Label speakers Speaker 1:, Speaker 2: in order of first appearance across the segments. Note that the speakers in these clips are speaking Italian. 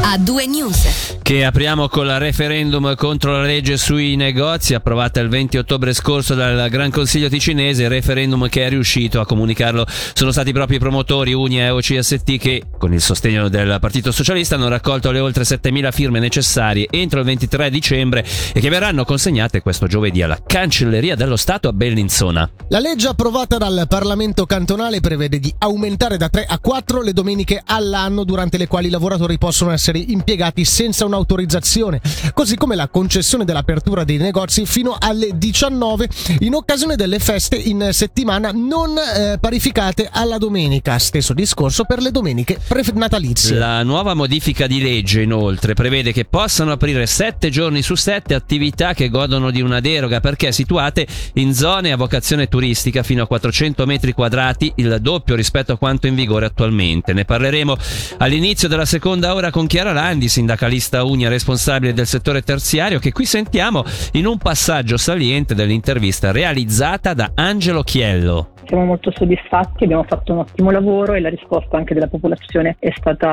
Speaker 1: A2 News.
Speaker 2: Che apriamo con il referendum contro la legge sui negozi, approvata il 20 ottobre scorso dal Gran Consiglio ticinese. Il referendum che è riuscito a comunicarlo sono stati proprio i promotori Unia e OCST, che con il sostegno del Partito Socialista hanno raccolto le oltre 7.000 firme necessarie entro il 23 dicembre e che verranno consegnate questo giovedì alla Cancelleria dello Stato a Bellinzona.
Speaker 3: La legge approvata dal Parlamento cantonale prevede di aumentare da 3 a 4 le domeniche all'anno durante le quali i lavoratori possono essere impiegati senza un'autorizzazione, così come la concessione dell'apertura dei negozi fino alle 19 in occasione delle feste in settimana non parificate alla domenica. Stesso discorso per le domeniche prenatalizie.
Speaker 2: La nuova modifica di legge inoltre prevede che possano aprire 7 giorni su 7 attività che godono di una deroga perché situate in zone a vocazione turistica fino a 400 metri quadrati, il doppio rispetto a quanto in vigore attualmente. Ne parleremo all'inizio della seconda ora con Chiara Landi, sindacalista Unia responsabile del settore terziario, che qui sentiamo in un passaggio saliente dell'intervista realizzata da Angelo Chiello.
Speaker 4: Siamo molto soddisfatti, abbiamo fatto un ottimo lavoro e la risposta anche della popolazione è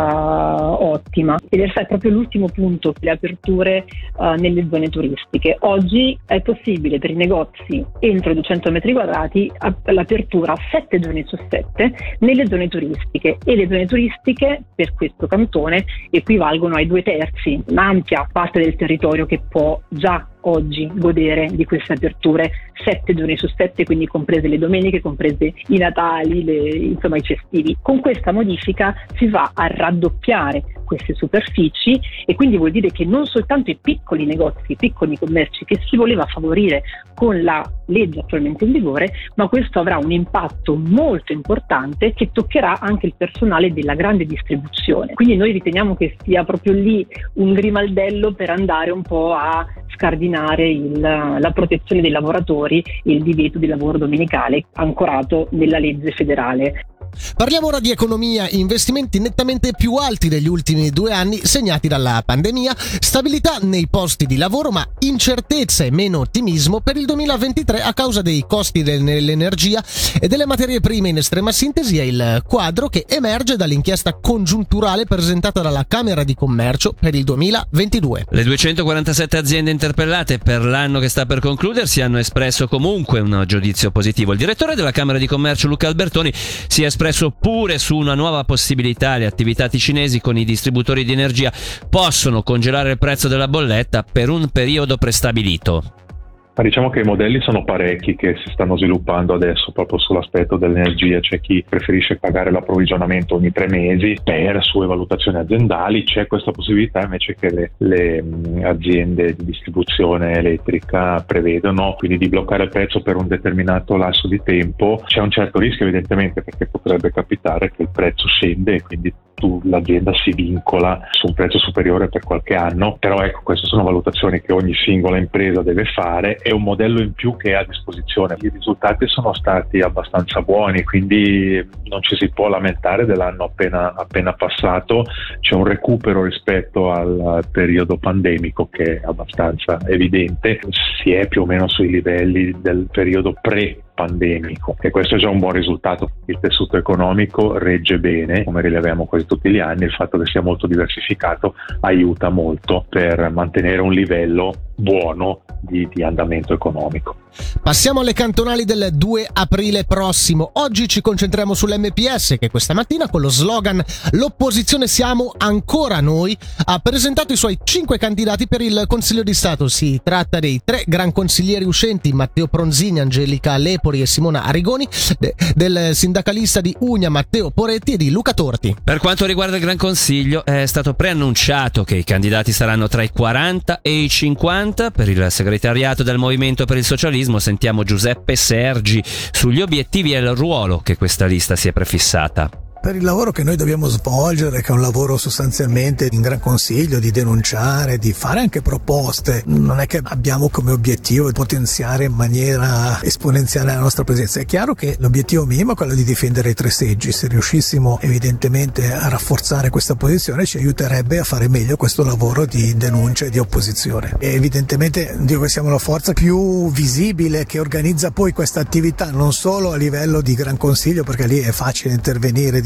Speaker 4: stata ottima. Ed è proprio l'ultimo punto, le aperture nelle zone turistiche. Oggi è possibile per i negozi entro i 200 metri quadrati l'apertura 7 giorni su 7 nelle zone turistiche, e le zone turistiche per questo cantone equivalgono ai 2/3, un'ampia parte del territorio che può già oggi godere di queste aperture 7 giorni su 7, quindi comprese le domeniche, comprese i Natali, insomma i festivi. Con questa modifica si va a raddoppiare queste superfici e quindi vuol dire che non soltanto i piccoli negozi, i piccoli commerci che si voleva favorire con la legge attualmente in vigore, ma questo avrà un impatto molto importante che toccherà anche il personale della grande distribuzione. Quindi noi riteniamo che sia proprio lì un grimaldello per andare un po' a scardinare la protezione dei lavoratori e il divieto di lavoro domenicale ancorato nella legge federale.
Speaker 3: Parliamo ora di economia, investimenti nettamente più alti degli ultimi 2 anni segnati dalla pandemia, stabilità nei posti di lavoro ma incertezza e meno ottimismo per il 2023 a causa dei costi dell'energia e delle materie prime. In estrema sintesi è il quadro che emerge dall'inchiesta congiunturale presentata dalla Camera di Commercio per il 2022.
Speaker 2: Le 247 aziende interpellate per l'anno che sta per concludersi hanno espresso comunque un giudizio positivo. Il direttore della Camera di Commercio Luca Albertoni si è espresso pure su una nuova possibilità: le attività ticinesi con i distributori di energia possono congelare il prezzo della bolletta per un periodo prestabilito.
Speaker 5: Ma diciamo che i modelli sono parecchi che si stanno sviluppando adesso proprio sull'aspetto dell'energia. C'è chi preferisce pagare l'approvvigionamento ogni 3 mesi per sue valutazioni aziendali, c'è questa possibilità invece che le aziende di distribuzione elettrica prevedono, quindi di bloccare il prezzo per un determinato lasso di tempo. C'è un certo rischio evidentemente, perché potrebbe capitare che il prezzo scende e quindi l'azienda si vincola su un prezzo superiore per qualche anno, però ecco, queste sono valutazioni che ogni singola impresa deve fare. È un modello in più che è a disposizione. I risultati sono stati abbastanza buoni, quindi non ci si può lamentare dell'anno appena passato. C'è un recupero rispetto al periodo pandemico che è abbastanza evidente, si è più o meno sui livelli del periodo pre-pandemico, e questo è già un buon risultato. Il tessuto economico regge bene, come rileviamo quasi tutti gli anni. Il fatto che sia molto diversificato aiuta molto per mantenere un livello buono di andamento economico.
Speaker 3: Passiamo alle cantonali del 2 aprile prossimo. Oggi ci concentriamo sull'MPS, che questa mattina con lo slogan "L'opposizione siamo ancora noi" ha presentato i suoi 5 candidati per il Consiglio di Stato. Si tratta dei 3 gran consiglieri uscenti, Matteo Pronzini, Angelica Lepori e Simona Arrigoni, del sindacalista di Unia Matteo Poretti e di Luca Torti.
Speaker 2: Per quanto riguarda il Gran Consiglio, è stato preannunciato che i candidati saranno tra i 40 e i 50. Per il segretariato del Movimento per il Socialismo sentiamo Giuseppe Sergi sugli obiettivi e il ruolo che questa lista si è prefissata.
Speaker 6: per il lavoro che noi dobbiamo svolgere, che è un lavoro sostanzialmente in Gran Consiglio, di denunciare, di fare anche proposte. Non è che abbiamo come obiettivo potenziare in maniera esponenziale la nostra presenza. È chiaro che l'obiettivo minimo è quello di difendere i 3 seggi. Se riuscissimo evidentemente a rafforzare questa posizione, ci aiuterebbe a fare meglio questo lavoro di denuncia e di opposizione. E evidentemente dico che siamo la forza più visibile che organizza poi questa attività, non solo a livello di Gran Consiglio, perché lì è facile intervenire, dire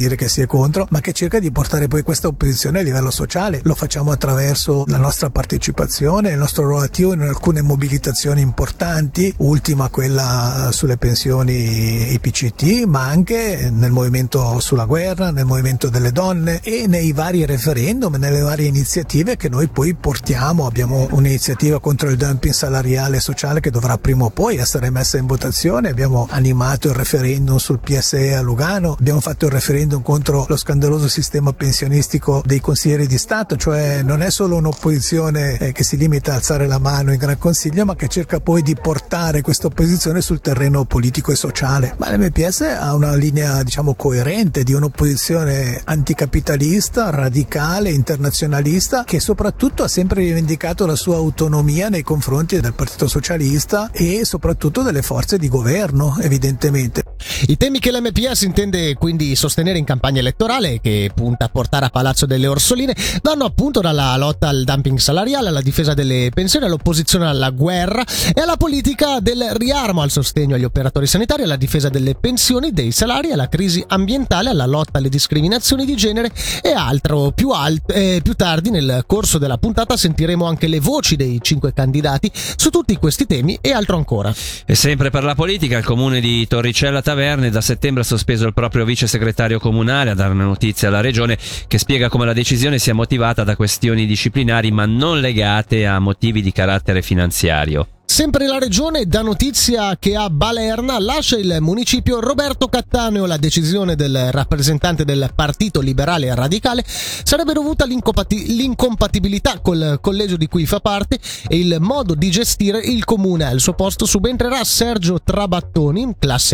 Speaker 6: dire che si è contro, ma che cerca di portare poi questa opposizione a livello sociale. Lo facciamo attraverso la nostra partecipazione, il nostro ruolo attivo in alcune mobilitazioni importanti, ultima quella sulle pensioni IPCT, ma anche nel movimento sulla guerra, nel movimento delle donne e nei vari referendum, nelle varie iniziative che noi poi portiamo. Abbiamo un'iniziativa contro il dumping salariale e sociale che dovrà prima o poi essere messa in votazione. Abbiamo animato il referendum sul PSE a Lugano, abbiamo fatto il referendum contro lo scandaloso sistema pensionistico dei consiglieri di Stato, cioè non è solo un'opposizione che si limita a alzare la mano in Gran Consiglio, ma che cerca poi di portare questa opposizione sul terreno politico e sociale. Ma l'MPS ha una linea, diciamo, coerente di un'opposizione anticapitalista, radicale, internazionalista, che soprattutto ha sempre rivendicato la sua autonomia nei confronti del Partito Socialista e soprattutto delle forze di governo, evidentemente.
Speaker 3: I temi che l'MPS intende quindi sostenere in campagna elettorale, che punta a portare a Palazzo delle Orsoline, vanno appunto dalla lotta al dumping salariale, alla difesa delle pensioni, all'opposizione alla guerra e alla politica del riarmo, al sostegno agli operatori sanitari, alla difesa delle pensioni, dei salari, alla crisi ambientale, alla lotta alle discriminazioni di genere e altro. Più tardi nel corso della puntata sentiremo anche le voci dei 5 candidati su tutti questi temi e altro ancora.
Speaker 2: E sempre per la politica, il comune di Torricella Taverne da settembre ha sospeso il proprio vice segretario comunale a dare una notizia alla regione che spiega come la decisione sia motivata da questioni disciplinari ma non legate a motivi di carattere finanziario.
Speaker 3: Sempre la regione dà notizia che a Balerna lascia il municipio Roberto Cattaneo. La decisione del rappresentante del Partito Liberale Radicale sarebbe dovuta all'incompatibilità col collegio di cui fa parte e il modo di gestire il comune. Al suo posto subentrerà Sergio Trabattoni, classe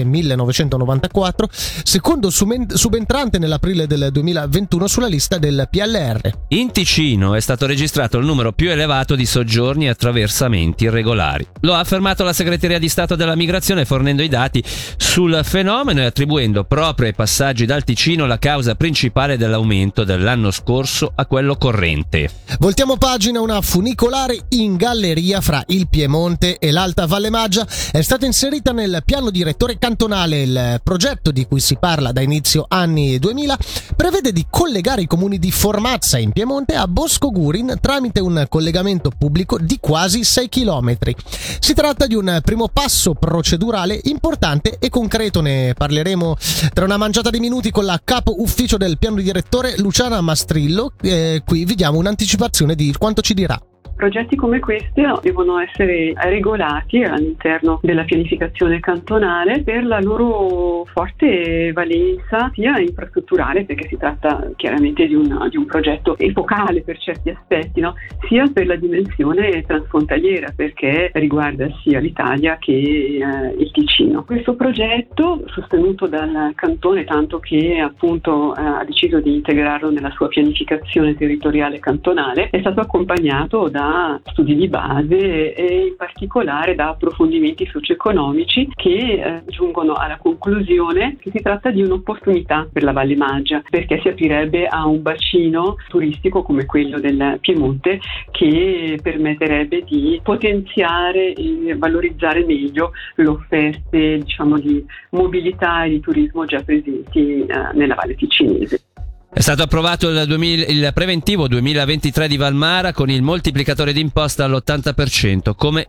Speaker 3: 1994, secondo subentrante nell'aprile del 2021 sulla lista del PLR.
Speaker 2: In Ticino è stato registrato il numero più elevato di soggiorni e attraversamenti irregolari. Lo ha affermato la Segreteria di Stato della Migrazione, fornendo i dati sul fenomeno e attribuendo proprio ai passaggi dal Ticino la causa principale dell'aumento dell'anno scorso a quello corrente.
Speaker 3: Voltiamo pagina. Una funicolare in galleria fra il Piemonte e l'Alta Valle Maggia è stata inserita nel piano direttore cantonale. Il progetto, di cui si parla da inizio anni 2000, prevede di collegare i comuni di Formazza in Piemonte a Bosco Gurin tramite un collegamento pubblico di quasi 6 chilometri. Si tratta di un primo passo procedurale importante e concreto. Ne parleremo tra una mangiata di minuti con la capo ufficio del piano direttore Luciana Mastrillo. Qui vi diamo un'anticipazione di quanto ci dirà.
Speaker 1: Progetti come questi devono essere regolati all'interno della pianificazione cantonale per la loro forte valenza sia infrastrutturale, perché si tratta chiaramente di un progetto epocale per certi aspetti, no? Sia per la dimensione transfrontaliera, perché riguarda sia l'Italia che il Ticino. Questo progetto, sostenuto dal cantone, tanto che appunto ha deciso di integrarlo nella sua pianificazione territoriale cantonale, è stato accompagnato da studi di base e in particolare da approfondimenti socio-economici che giungono alla conclusione che si tratta di un'opportunità per la Valle Maggia, perché si aprirebbe a un bacino turistico come quello del Piemonte che permetterebbe di potenziare e valorizzare meglio le offerte, diciamo, di mobilità e di turismo già presenti nella Valle Ticinese.
Speaker 2: È stato approvato il preventivo 2023 di Valmara con il moltiplicatore d'imposta all'80%, come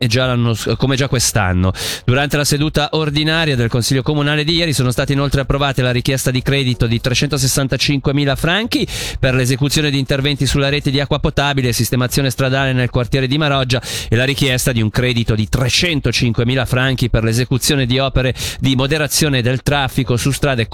Speaker 2: già quest'anno. Durante la seduta ordinaria del Consiglio Comunale di ieri sono state inoltre approvate la richiesta di credito di 365.000 franchi per l'esecuzione di interventi sulla rete di acqua potabile e sistemazione stradale nel quartiere di Maroggia e la richiesta di un credito di 305.000 franchi per l'esecuzione di opere di moderazione del traffico sulle strade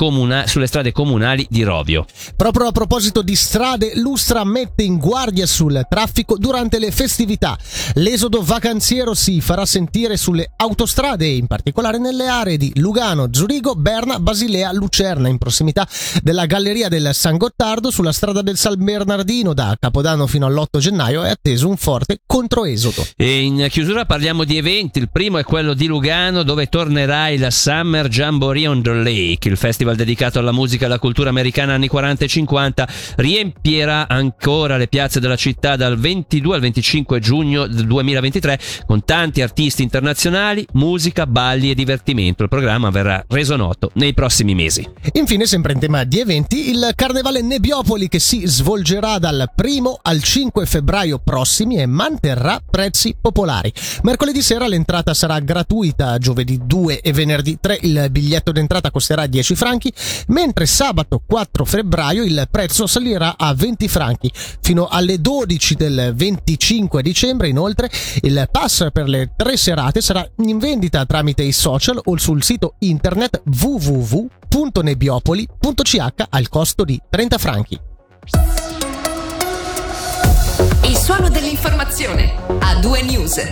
Speaker 2: comunali di Rovio.
Speaker 3: Proprio a proposito di strade, Lustra mette in guardia sul traffico durante le festività. L'esodo vacanziero si farà sentire sulle autostrade, in particolare nelle aree di Lugano, Zurigo, Berna, Basilea, Lucerna, in prossimità della Galleria del San Gottardo. Sulla strada del San Bernardino da Capodanno fino all'8 gennaio è atteso un forte controesodo.
Speaker 2: E in chiusura parliamo di eventi. Il primo è quello di Lugano, dove tornerà il Summer Jamboree on the Lake, il festival dedicato alla musica e alla cultura americana anni 40 e 50, 50 riempirà ancora le piazze della città dal 22 al 25 giugno del 2023 con tanti artisti internazionali, musica, balli e divertimento. Il programma verrà reso noto nei prossimi mesi.
Speaker 3: Infine, sempre in tema di eventi, il Carnevale Nebbiopoli, che si svolgerà dal 1 al 5 febbraio prossimi e manterrà prezzi popolari. Mercoledì sera l'entrata sarà gratuita, giovedì 2 e venerdì 3 il biglietto d'entrata costerà 10 franchi, mentre sabato 4 febbraio il prezzo salirà a 20 franchi. Fino alle 12 del 25 dicembre, inoltre, il pass per le 3 serate sarà in vendita tramite i social o sul sito internet www.nebbiopoli.ch al costo di 30 franchi.
Speaker 7: Il suono dell'informazione a 2 News.